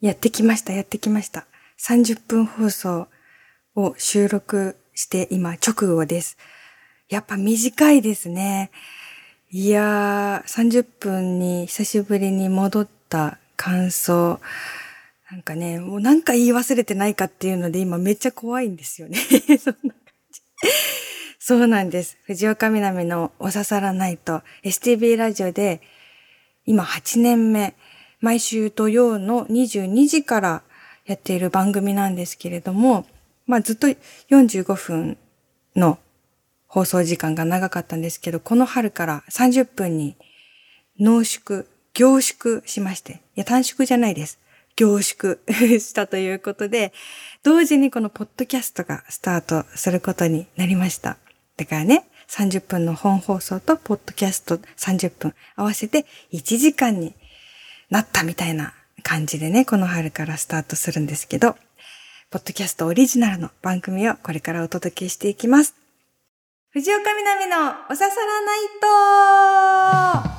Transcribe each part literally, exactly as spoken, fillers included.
やってきました、やってきました。さんじゅっぷん放送を収録して今直後です。やっぱ短いですね。いやー、さんじゅっぷんに久しぶりに戻った感想。なんかね、もうなんか言い忘れてないかっていうので今めっちゃ怖いんですよね。そんな感じ。そうなんです。藤岡みなみのおささらないと エスティービー ラジオで今はちねんめ、毎週土曜のにじゅうにじからやっている番組なんですけれども、まあずっとよんじゅうごふんの放送時間が長かったんですけど、この春からさんじゅっぷんに濃縮、凝縮しまして、いや短縮じゃないです。凝縮したということで、同時にこのポッドキャストがスタートすることになりました。だからね、さんじゅっぷんの本放送とポッドキャストさんじゅっぷん合わせていちじかんになったみたいな感じでね、この春からスタートするんですけど、ポッドキャストオリジナルの番組をこれからお届けしていきます。藤岡みなみのおささらないと。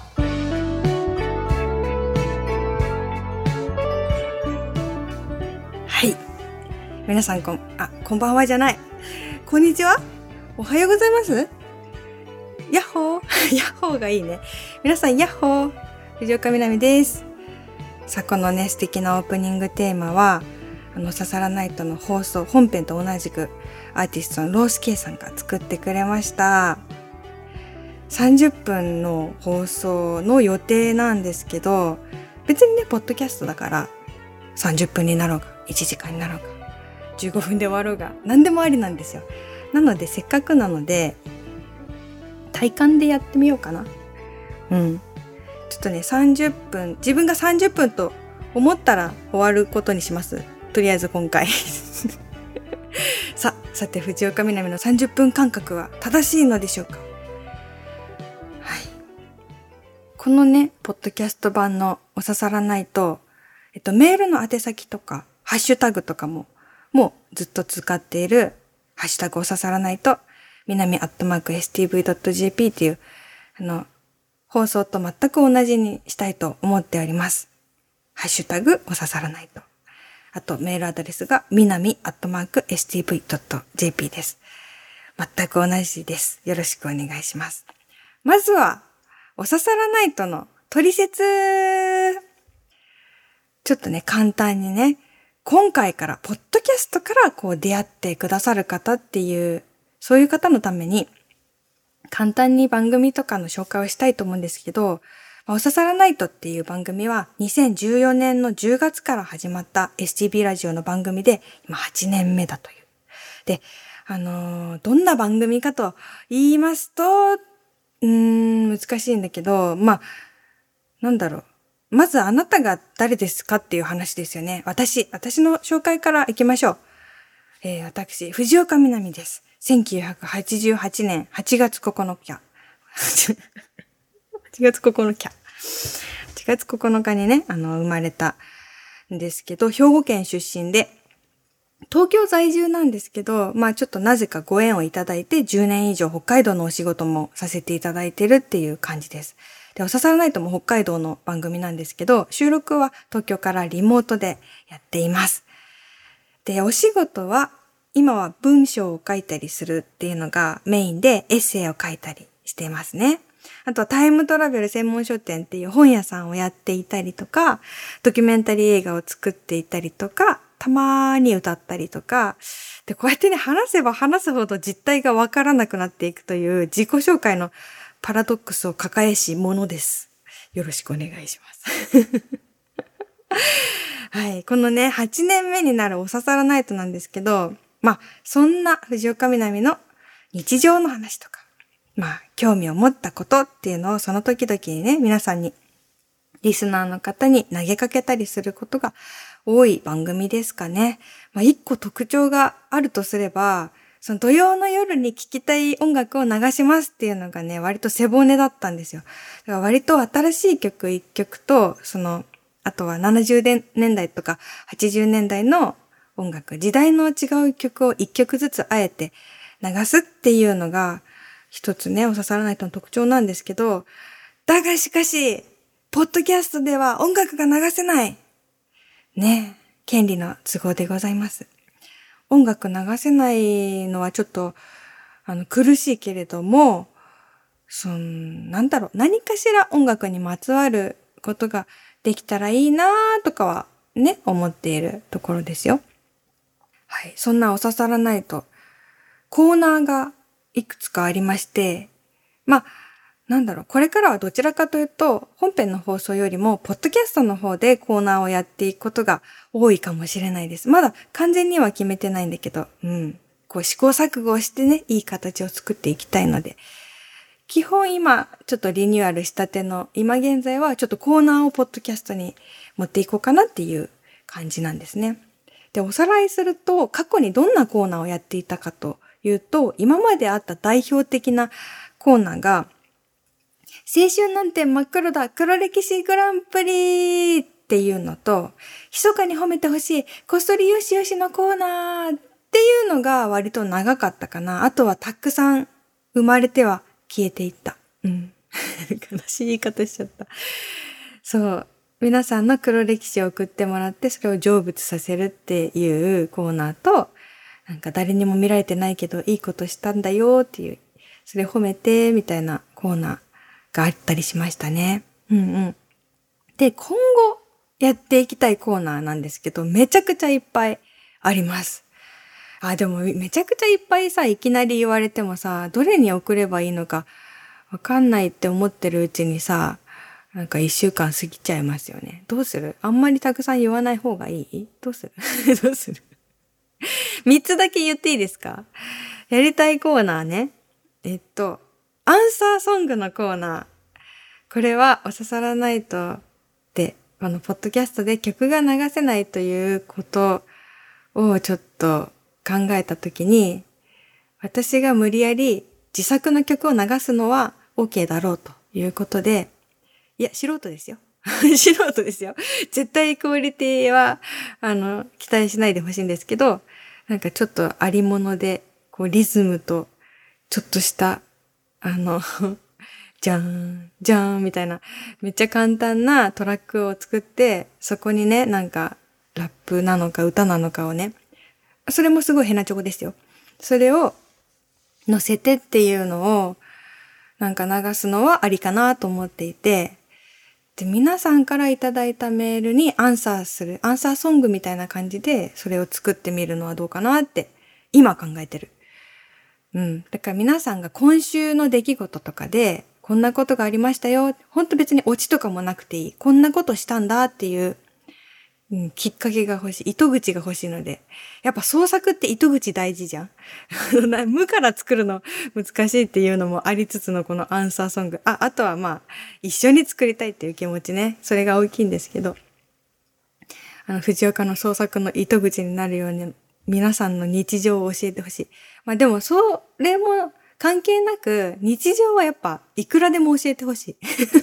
はい。皆さんこん、あ、こんばんはじゃない。こんにちは。おはようございます。ヤッホー。ヤッホーがいいね。皆さんヤッホー。藤岡みなみです。さあ、このね、素敵なオープニングテーマは、あの、ささらナイトの放送、本編と同じく、アーティストのロースケイさんが作ってくれました。さんじゅっぷんの放送の予定なんですけど、別にね、ポッドキャストだから、さんじゅっぷんになろうが、いちじかんになろうが、じゅうごふんで終わろうが、何でもありなんですよ。なので、せっかくなので、体感でやってみようかな。うん。ちょっとね、さんじゅっぷん、自分がさんじゅっぷんと思ったら終わることにします。とりあえず今回。さ、さて、藤岡みなみのさんじゅっぷん間隔は正しいのでしょうか？はい。このね、ポッドキャスト版のおささらないと、えっと、メールの宛先とか、ハッシュタグとかも、もうずっと使っている、ハッシュタグおささらないと、みなみアットマーク エスティーブイドットジェーピー っていう、あの、放送と全く同じにしたいと思っております。ハッシュタグおささらないと。あとメールアドレスがみなみアットマーク エスティーブイドットジェーピー です。全く同じです。よろしくお願いします。まずは、おささらナイトの取説。ちょっとね、簡単にね、今回から、ポッドキャストからこう出会ってくださる方っていう、そういう方のために、簡単に番組とかの紹介をしたいと思うんですけど、おささらナイトっていう番組はにせんじゅうよねんのじゅうがつから始まった エスティービー ラジオの番組で今はちねんめだという。で、あのー、どんな番組かと言いますと、うーん、難しいんだけど、まあ、なんだろう。まずあなたが誰ですかっていう話ですよね。私、私の紹介から行きましょう。えー、私、藤岡みなみです。せんきゅうひゃくはちじゅうはちねんはちがつここのか。はちがつここのか。はちがつここのかにね、あの、生まれたんですけど、兵庫県出身で、東京在住なんですけど、まあちょっとなぜかご縁をいただいて、じゅうねん以上北海道のお仕事もさせていただいてるっていう感じです。で、おささらナイトも北海道の番組なんですけど、収録は東京からリモートでやっています。で、お仕事は、今は文章を書いたりするっていうのがメインで、エッセイを書いたりしていますね。あとはタイムトラベル専門書店っていう本屋さんをやっていたりとか、ドキュメンタリー映画を作っていたりとか、たまーに歌ったりとか、で、こうやってね、話せば話すほど実態がわからなくなっていくという自己紹介のパラドックスを抱えし者です。よろしくお願いします。はい。このね、はちねんめになるおささらナイトなんですけど、まあ、そんな藤岡みなみの日常の話とか、まあ、興味を持ったことっていうのをその時々にね、皆さんに、リスナーの方に投げかけたりすることが多い番組ですかね。まあ、一個特徴があるとすれば、その土曜の夜に聴きたい音楽を流しますっていうのがね、割と背骨だったんですよ。だから割と新しい曲一曲と、その、あとはななじゅうねんだいとかはちじゅうねんだいの音楽、時代の違う曲を一曲ずつあえて流すっていうのが、一つね、おささらナイトの特徴なんですけど、だがしかし、ポッドキャストでは音楽が流せない。 ね、権利の都合でございます。音楽流せないのはちょっと、あの、苦しいけれども、そん、なんだろう、何かしら音楽にまつわることができたらいいなーとかはね、思っているところですよ。はい。そんなおささらないと、コーナーがいくつかありまして、まあ、なんだろう、これからはどちらかというと、本編の放送よりも、ポッドキャストの方でコーナーをやっていくことが多いかもしれないです。まだ完全には決めてないんだけど、うん。こう試行錯誤をしてね、いい形を作っていきたいので、基本今、ちょっとリニューアルしたての、今現在はちょっとコーナーをポッドキャストに持っていこうかなっていう感じなんですね。で、おさらいすると、過去にどんなコーナーをやっていたかというと、今まであった代表的なコーナーが、青春なんて真っ黒だ黒歴史グランプリっていうのと、密かに褒めてほしいこっそりよしよしのコーナーっていうのが割と長かったかな。あとはたくさん生まれては消えていった。うん。悲しい言い方しちゃった。そう。皆さんの黒歴史を送ってもらって、それを成仏させるっていうコーナーと、なんか誰にも見られてないけどいいことしたんだよっていう、それ褒めてみたいなコーナーがあったりしましたね。うんうん。で、今後やっていきたいコーナーなんですけど、めちゃくちゃいっぱいあります。あ、でもめちゃくちゃいっぱいさ、いきなり言われてもさ、どれに送ればいいのかわかんないって思ってるうちにさ、なんか一週間過ぎちゃいますよね。どうする？あんまりたくさん言わない方がいい？どうする？どうする？三つだけ言っていいですか？やりたいコーナーね。えっと、アンサーソングのコーナー。これはおささらないとで、このポッドキャストで曲が流せないということをちょっと考えたときに、私が無理やり自作の曲を流すのは OK だろうということで、いや、素人ですよ。素人ですよ。絶対クオリティは、あの、期待しないでほしいんですけど、なんかちょっとありもので、こうリズムと、ちょっとした、あの、じゃーん、じゃーんみたいな、めっちゃ簡単なトラックを作って、そこにね、なんか、ラップなのか歌なのかをね、それもすごいヘナチョコですよ。それを乗せてっていうのを、なんか流すのはありかなと思っていて、で、皆さんからいただいたメールにアンサーする、アンサーソングみたいな感じで、それを作ってみるのはどうかなって、今考えてる。うん。だから皆さんが今週の出来事とかで、こんなことがありましたよ。ほんと別にオチとかもなくていい。こんなことしたんだっていう、うん、きっかけが欲しい。糸口が欲しいので。やっぱ創作って糸口大事じゃん。無から作るの難しいっていうのもありつつのこのアンサーソング。あ、あとはまあ、一緒に作りたいっていう気持ちね。それが大きいんですけど。あの、藤岡の創作の糸口になるように、皆さんの日常を教えてほしい。まあでも、それも関係なく、日常はやっぱ、いくらでも教えてほしい。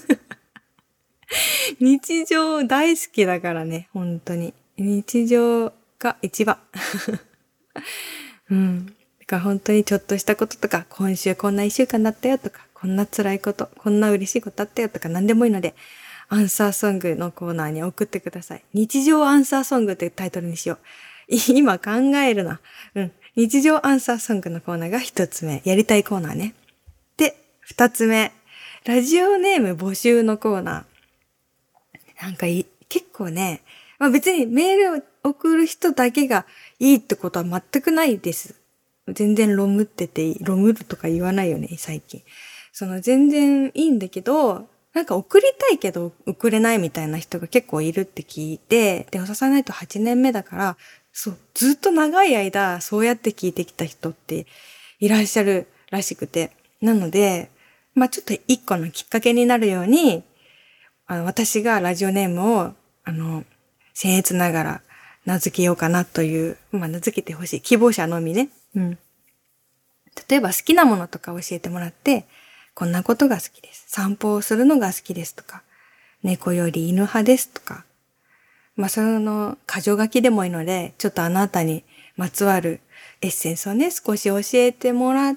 日常大好きだからね、本当に。日常が一番。うん。だから本当にちょっとしたこととか、今週こんな一週間だったよとか、こんな辛いこと、こんな嬉しいことあったよとか何でもいいので、アンサーソングのコーナーに送ってください。日常アンサーソングってタイトルにしよう。今考えるな。うん。日常アンサーソングのコーナーが一つ目。やりたいコーナーね。で、二つ目。ラジオネーム募集のコーナー。なんかい、結構ね、まあ別にメールを送る人だけがいいってことは全くないです。全然ロムってていい。ロムるとか言わないよね、最近。その全然いいんだけど、なんか送りたいけど送れないみたいな人が結構いるって聞いて、で、おささないとはちねんめだから、そう、ずっと長い間そうやって聞いてきた人っていらっしゃるらしくて。なので、まあちょっと一個のきっかけになるように、あの私がラジオネームを、あの、僭越ながら名付けようかなという、まあ名付けてほしい。希望者のみね。うん。例えば好きなものとか教えてもらって、こんなことが好きです。散歩をするのが好きですとか、猫より犬派ですとか、まあ、その、箇条書きでもいいので、ちょっとあなたにまつわるエッセンスをね、少し教えてもらって、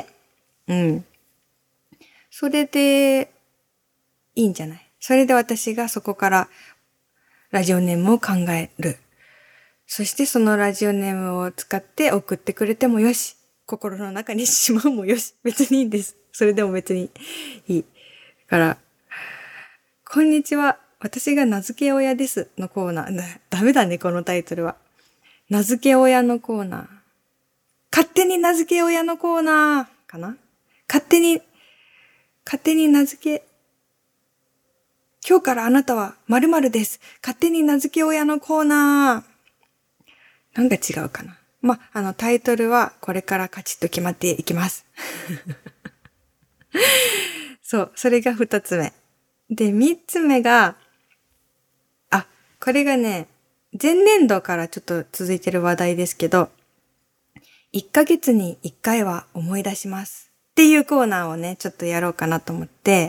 うん。それで、いいんじゃない？それで私がそこから、 ラジオネームを考える。そしてそのラジオネームを使って送ってくれてもよし、心の中にしまうもよし、別にいいです。それでも別にいい。から、こんにちは、私が名付け親ですのコーナー。ダメだね、このタイトルは。名付け親のコーナー。勝手に名付け親のコーナーかな？勝手に、勝手に名付け、今日からあなたは〇〇です。勝手に名付け親のコーナー。なんか違うかな。ま、あの、タイトルはこれからカチッと決まっていきます。そう、それが二つ目。で、三つ目が、あ、これがね、前年度からちょっと続いてる話題ですけど、いっかげつにいっかいは思い出しますっていうコーナーをね、ちょっとやろうかなと思って、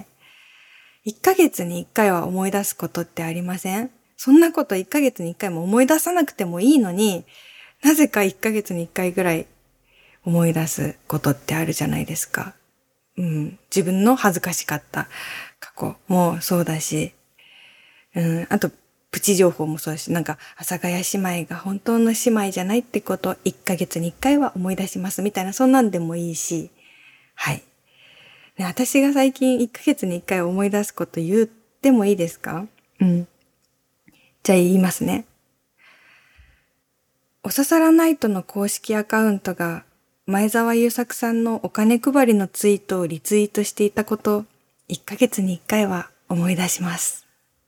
いっかげつにいっかいは思い出すことってありません？そんなこといっかげつにいっかいも思い出さなくてもいいのに、なぜかいっかげつにいっかいぐらい思い出すことってあるじゃないですか。うん、自分の恥ずかしかった過去もそうだし、うん、あとプチ情報もそうだし、なんか阿佐ヶ谷姉妹が本当の姉妹じゃないってこといっかげつにいっかいは思い出しますみたいな、そんなんでもいいし、はい。ね、私が最近いっかげつにいっかい思い出すこと言ってもいいですか？うん。じゃあ言いますね。おささらナイトの公式アカウントが前澤友作さんのお金配りのツイートをリツイートしていたこと、いっかげつにいっかいは思い出します。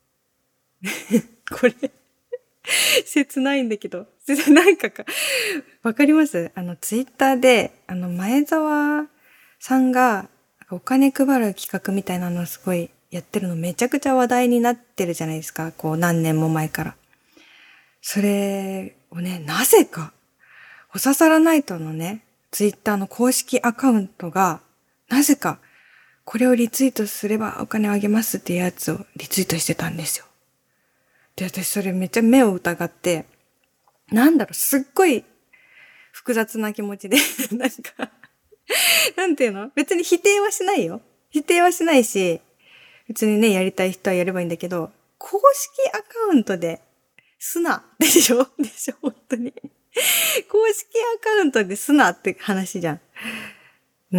これ、切ないんだけど、なんかか、わかります？あの、ツイッターで、あの、前澤さんがお金配る企画みたいなのをすごいやってるのめちゃくちゃ話題になってるじゃないですか。こう、何年も前から。それをね、なぜか、おささらナイトのね、ツイッターの公式アカウントが、なぜか、これをリツイートすればお金をあげますっていうやつをリツイートしてたんですよ。で、私それめっちゃ目を疑って、なんだろう、すっごい複雑な気持ちで、なんか、なんていうの？別に否定はしないよ。否定はしないし、別にね、やりたい人はやればいいんだけど、公式アカウントですな。でしょ？でしょ？本当に。公式アカウントですなって話じゃん。うん。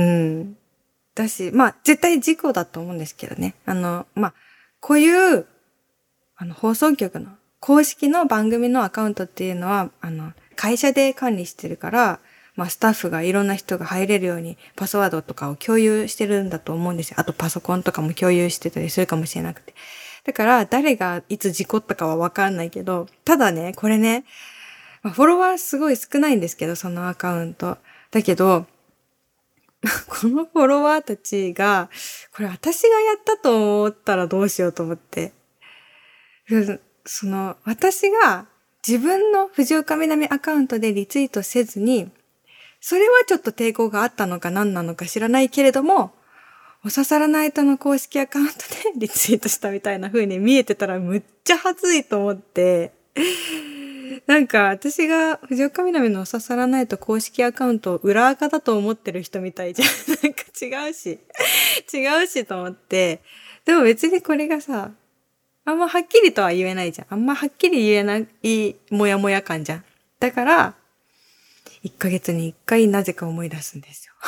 だし、まあ、絶対事故だと思うんですけどね。あの、まあ、こういう、あの、放送局の公式の番組のアカウントっていうのは、あの、会社で管理してるから、まあ、スタッフがいろんな人が入れるようにパスワードとかを共有してるんだと思うんですよ。あとパソコンとかも共有してたりするかもしれなくて。だから、誰がいつ事故ったかはわかんないけど、ただね、これね、まあ、フォロワーすごい少ないんですけど、そのアカウント。だけど、このフォロワーたちが、これ私がやったと思ったらどうしようと思って。その、私が自分の藤岡みなみアカウントでリツイートせずに、それはちょっと抵抗があったのか何なのか知らないけれども、おささらナイトの公式アカウントでリツイートしたみたいな風に見えてたらむっちゃ恥ずいと思って、なんか私が藤岡みなみのおささらナイト公式アカウントを裏垢だと思ってる人みたいじゃん。なんか違うし、違うしと思って、でも別にこれがさ、あんまはっきりとは言えないじゃん。あんまはっきり言えないもやもや感じゃん。だから、いっかげつにいっかいなぜか思い出すんですよ。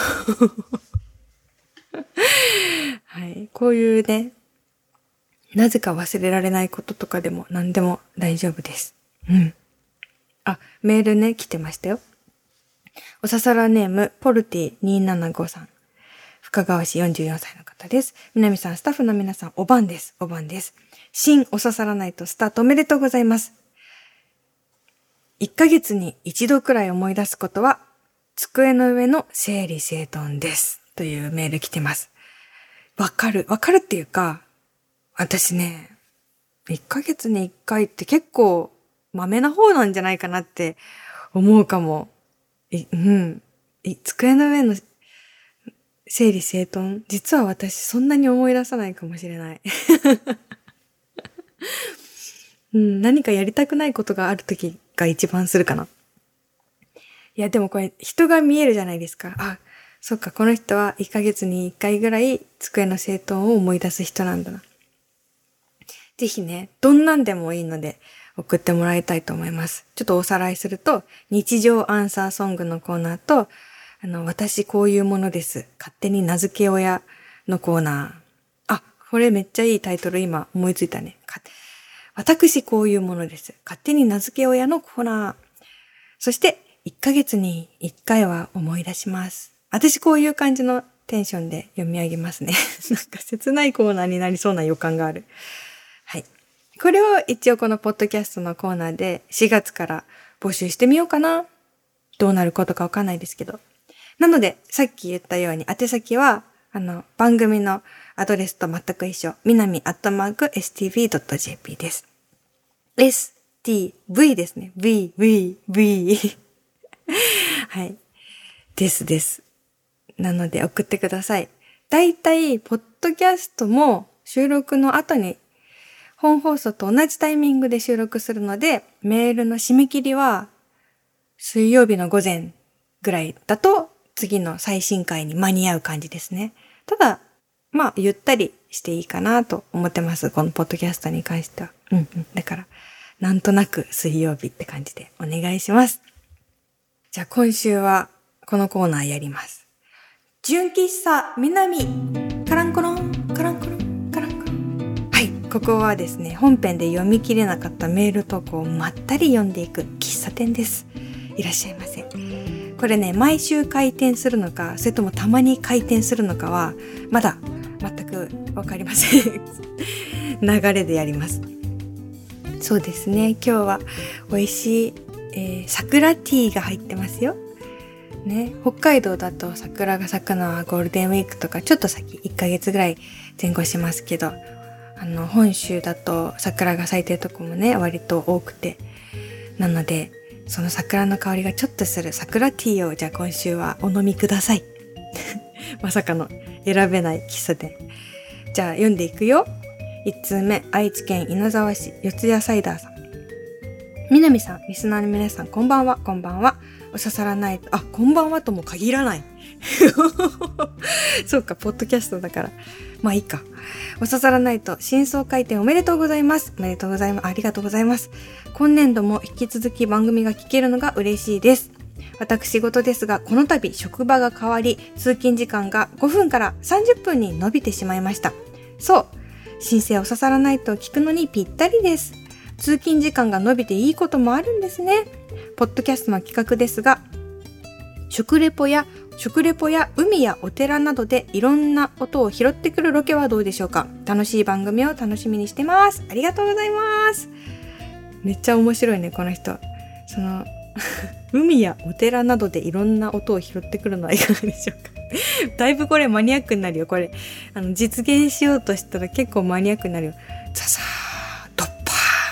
はい。こういうね、なぜか忘れられないこととかでも何でも大丈夫です。うん。あ、メールね、来てましたよ。おささらネーム、ポルティにーななごさん。深川市よんじゅうよんさいの方です。みなみさん、スタッフの皆さん、お晩です。お晩です。新おささらナイトスタートおめでとうございます。いっかげつに一度くらい思い出すことは、机の上の整理整頓です。というメール来てます。わかる。わかるっていうか、私ね、いっかげつにいっかいって結構、まめな方なんじゃないかなって思うかも。いうん。い机の上の整理整頓、実は私そんなに思い出さないかもしれない。うん、何かやりたくないことがあるときが一番するかな。いや、でもこれ人が見えるじゃないですか。あ、そっか、この人はいっかげつにいっかいぐらい机の整頓を思い出す人なんだな。 ぜひね、どんなんでもいいので送ってもらいたいと思います。ちょっとおさらいすると、日常アンサーソングのコーナーと、あの、私こういうものです。勝手に名付け親のコーナー。あ、これめっちゃいいタイトル今思いついたね。私こういうものです。勝手に名付け親のコーナー。そして、いっかげつにいっかいは思い出します。私こういう感じのテンションで読み上げますね。なんか切ないコーナーになりそうな予感がある。はい。これを一応このポッドキャストのコーナーでしがつから募集してみようかな。どうなることかわかんないですけど。なので、さっき言ったように宛先は、あの、番組のアドレスと全く一緒。みなみアットマーク エスティーブイドットジェーピー です。エスティーブイ ですね。V、V、V。はい。ですです。なので送ってください。だいたい、ポッドキャストも収録の後に本放送と同じタイミングで収録するので、メールの締め切りは水曜日の午前ぐらいだと次の最新回に間に合う感じですね。ただ、まあ、ゆったりしていいかなと思ってます。このポッドキャストに関しては。うんうん。だから、なんとなく水曜日って感じでお願いします。じゃあ今週はこのコーナーやります。純喫茶みなみカランコロンカランコロンカランコロン。はい、ここはですね、本編で読み切れなかったメール投稿をまったり読んでいく喫茶店です。いらっしゃいませ。これね、毎週開店するのか、それともたまに開店するのかはまだ全くわかりません。流れでやります。そうですね、今日は美味しい、えー、桜ティーが入ってますよ。ね、北海道だと桜が咲くのはゴールデンウィークとかちょっと先いっかげつぐらい前後しますけど、あの本州だと桜が咲いてるとこもね割と多くて、なのでその桜の香りがちょっとする桜ティーをじゃあ今週はお飲みください。まさかの選べない喫茶店。じゃあ読んでいくよ。いち通目、愛知県稲沢市四谷サイダーさん。みなみさん、リスナーの皆さん、こんばんは、こんばんは。お刺さらないと、あ、こんばんはとも限らない。そうか、ポッドキャストだから。まあいいか。お刺さらないと、新装開店おめでとうございます。おめでとうございます。ありがとうございます。今年度も引き続き番組が聞けるのが嬉しいです。私事ですが、この度職場が変わり、通勤時間がごふんからさんじゅっぷんに伸びてしまいました。そう。新生お刺さらないと聞くのにぴったりです。通勤時間が伸びていいこともあるんですね。ポッドキャストの企画ですが、食レポや食レポや海やお寺などでいろんな音を拾ってくるロケはどうでしょうか。楽しい番組を楽しみにしてます。ありがとうございます。めっちゃ面白いね、この人。その海やお寺などでいろんな音を拾ってくるのはいかがでしょうか。だいぶこれマニアックになるよ。これあの実現しようとしたら結構マニアックになるよ。ザザードッパ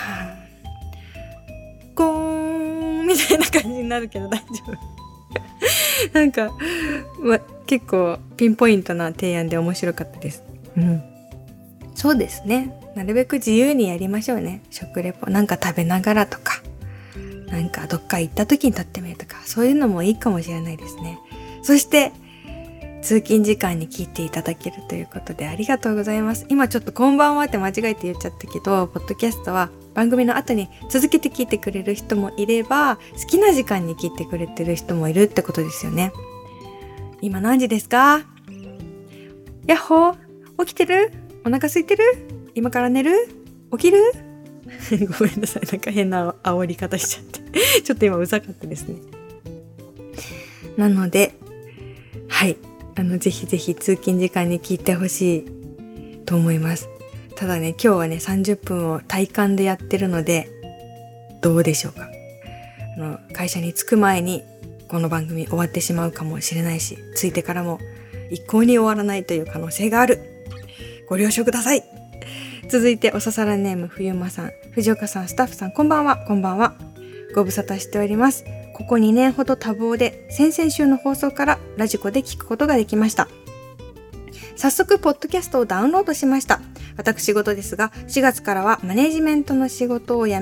ーンゴーンみたいな感じになるけど大丈夫。なんか、ま、結構ピンポイントな提案で面白かったです。うん。そうですね。なるべく自由にやりましょうね。食レポなんか食べながらとか、なんかどっか行った時に撮ってみるとか、そういうのもいいかもしれないですね。そして通勤時間に聞いていただけるということでありがとうございます。今ちょっとこんばんはって間違えて言っちゃったけど、ポッドキャストは番組の後に続けて聞いてくれる人もいれば、好きな時間に聞いてくれてる人もいるってことですよね。今何時ですか？やっほー、起きてる？お腹空いてる？今から寝る？起きる？ごめんなさい、なんか変な煽り方しちゃってちょっと今うざかったですね。なのではいあのぜひぜひ通勤時間に聞いてほしいと思います。ただね、今日はねさんじゅっぷんを体感でやってるのでどうでしょうか。あの会社に着く前にこの番組終わってしまうかもしれないし、着いてからも一向に終わらないという可能性がある。ご了承ください。続いておささらネーム冬間さん、藤岡さん、スタッフさん、こんばんは。こんばんは。ご無沙汰しております。ここにねんほど多忙で、先々週の放送からラジコで聞くことができました。早速ポッドキャストをダウンロードしました。私事ですが、しがつからはマネジメントの仕事を辞め、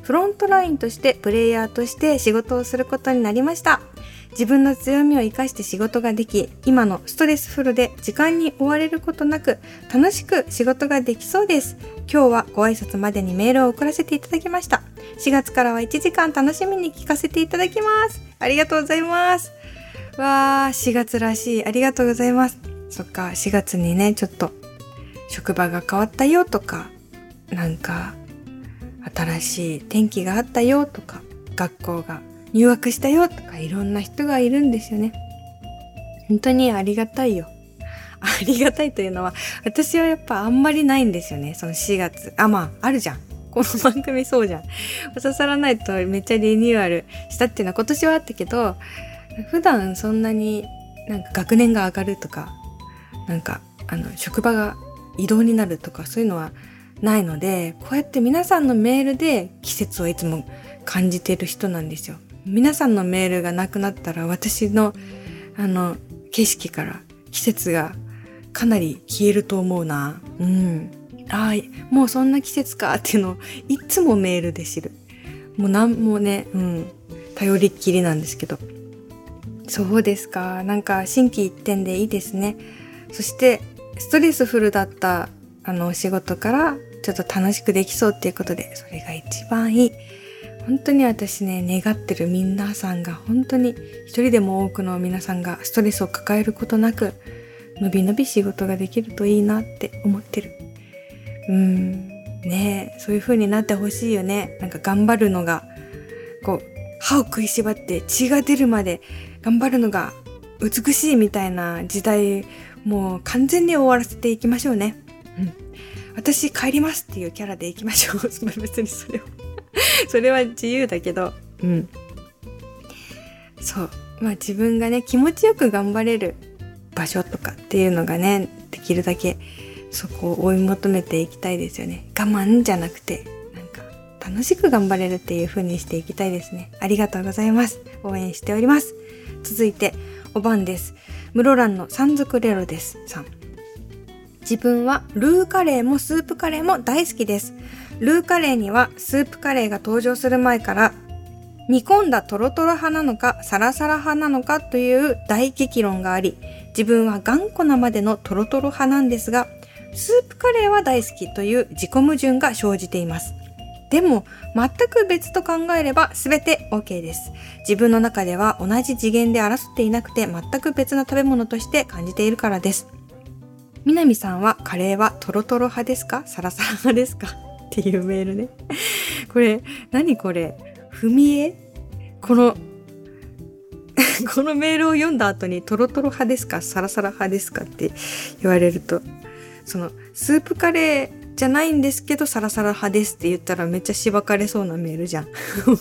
フロントラインとしてプレイヤーとして仕事をすることになりました。自分の強みを生かして仕事ができ、今のストレスフルで時間に追われることなく楽しく仕事ができそうです。今日はご挨拶までにメールを送らせていただきました。しがつからはいちじかん楽しみに聞かせていただきます。ありがとうございます。わー、しがつらしい。ありがとうございます。そっか、しがつにね、ちょっと職場が変わったよとか、なんか新しい天気があったよとか、学校が入学したよとか、いろんな人がいるんですよね。本当にありがたいよ。ありがたいというのは、私はやっぱあんまりないんですよね。そのしがつ。あ、まあ、あるじゃん。この番組そうじゃん。刺さらないとめっちゃリニューアルしたっていうのは今年はあったけど、普段そんなになんか学年が上がるとか、なんかあの職場が異動になるとかそういうのはないので、こうやって皆さんのメールで季節をいつも感じてる人なんですよ。皆さんのメールがなくなったら私のあの景色から季節がかなり消えると思うな。うん。ああ、もうそんな季節かっていうのをいつもメールで知る。もうなんもね、うん、頼りっきりなんですけど。そうですか。なんか心機一転でいいですね。そしてストレスフルだったあのお仕事からちょっと楽しくできそうっていうことで、それが一番いい。本当に私ね、願ってる皆さんが本当に一人でも多くの皆さんがストレスを抱えることなく、のびのび仕事ができるといいなって思ってる。うーん、ねえ、そういう風になってほしいよね。なんか頑張るのが、こう、歯を食いしばって血が出るまで頑張るのが美しいみたいな時代、もう完全に終わらせていきましょうね。うん。私帰りますっていうキャラでいきましょう。別にそれは。それは自由だけど、うん。そう。まあ自分がね、気持ちよく頑張れる場所とかっていうのがね、できるだけそこを追い求めていきたいですよね。我慢じゃなくて、なんか楽しく頑張れるっていう風にしていきたいですね。ありがとうございます。応援しております。続いて、おばんです。室蘭の山賊レロです。さん。自分はルーカレーもスープカレーも大好きです。ルーカレーにはスープカレーが登場する前から煮込んだトロトロ派なのかサラサラ派なのかという大激論があり、自分は頑固なまでのトロトロ派なんですが、スープカレーは大好きという自己矛盾が生じています。でも全く別と考えれば全て OK です。自分の中では同じ次元で争っていなくて全く別な食べ物として感じているからです。みなみさんはカレーはトロトロ派ですかサラサラ派ですかっていうメールね。これ、何これふみえこの、このメールを読んだ後にトロトロ派ですかサラサラ派ですかって言われると、その、スープカレーじゃないんですけどサラサラ派ですって言ったらめっちゃしばかれそうなメールじゃん。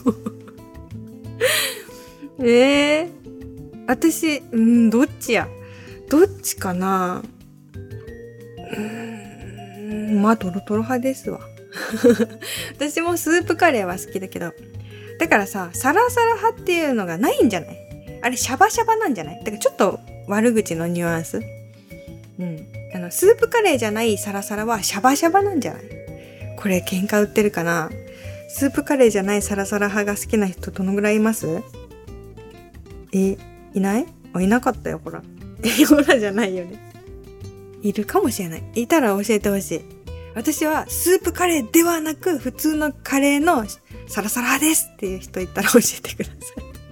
えー、私、うん、どっちやどっちかなうーん、まあトロトロ派ですわ。私もスープカレーは好きだけど、だからさ、サラサラ派っていうのがないんじゃない？あれシャバシャバなんじゃない？だからちょっと悪口のニュアンス。うん。あの、スープカレーじゃないサラサラはシャバシャバなんじゃない？これ喧嘩売ってるかな？スープカレーじゃないサラサラ派が好きな人どのぐらいいます？え、いない？あ、いなかったよ、ほら。え、ほらじゃないよね。いるかもしれない。いたら教えてほしい。私はスープカレーではなく普通のカレーのサラサラ派ですっていう人いたら教えてください。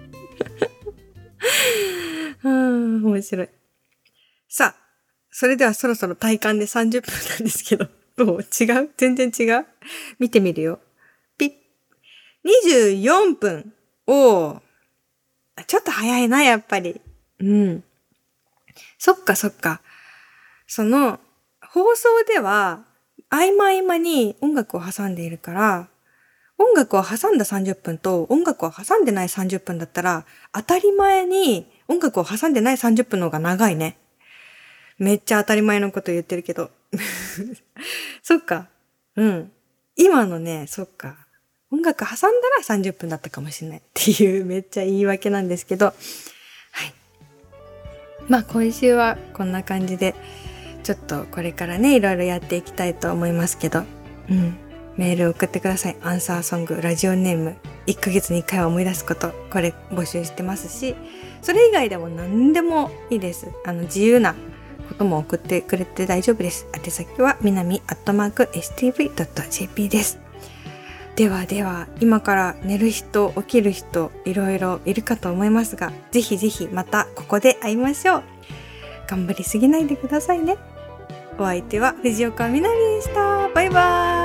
うん、面白い。さあ、それではそろそろ体感でさんじゅっぷんなんですけど、どう？違う？全然違う？見てみるよ。ピッ。にじゅうよんぷん。おー。ちょっと早いな、やっぱり。うん。そっかそっか。その、放送では、合間合間に音楽を挟んでいるから、音楽を挟んださんじゅっぷんと音楽を挟んでないさんじゅっぷんだったら、当たり前に音楽を挟んでないさんじゅっぷんの方が長いね。めっちゃ当たり前のこと言ってるけど。そっか。うん。今のね、そっか。音楽挟んだらさんじゅっぷんだったかもしれないっていうめっちゃ言い訳なんですけど。はい。まあ今週はこんな感じで、ちょっとこれからね、いろいろやっていきたいと思いますけど。うん。 メールを送ってください。アンサーソング、ラジオネーム、いっかげつにいっかいは思い出すこと、これ募集してますし、それ以外でも何でもいいです。あの、自由なことも送ってくれて大丈夫です。宛先はみなみアットマーク エスティーブイドットジェーピー です。ではでは、今から寝る人、起きる人、いろいろいるかと思いますが、ぜひぜひまたここで会いましょう。頑張りすぎないでくださいね。お相手は藤岡みなみでした。バイバーイ。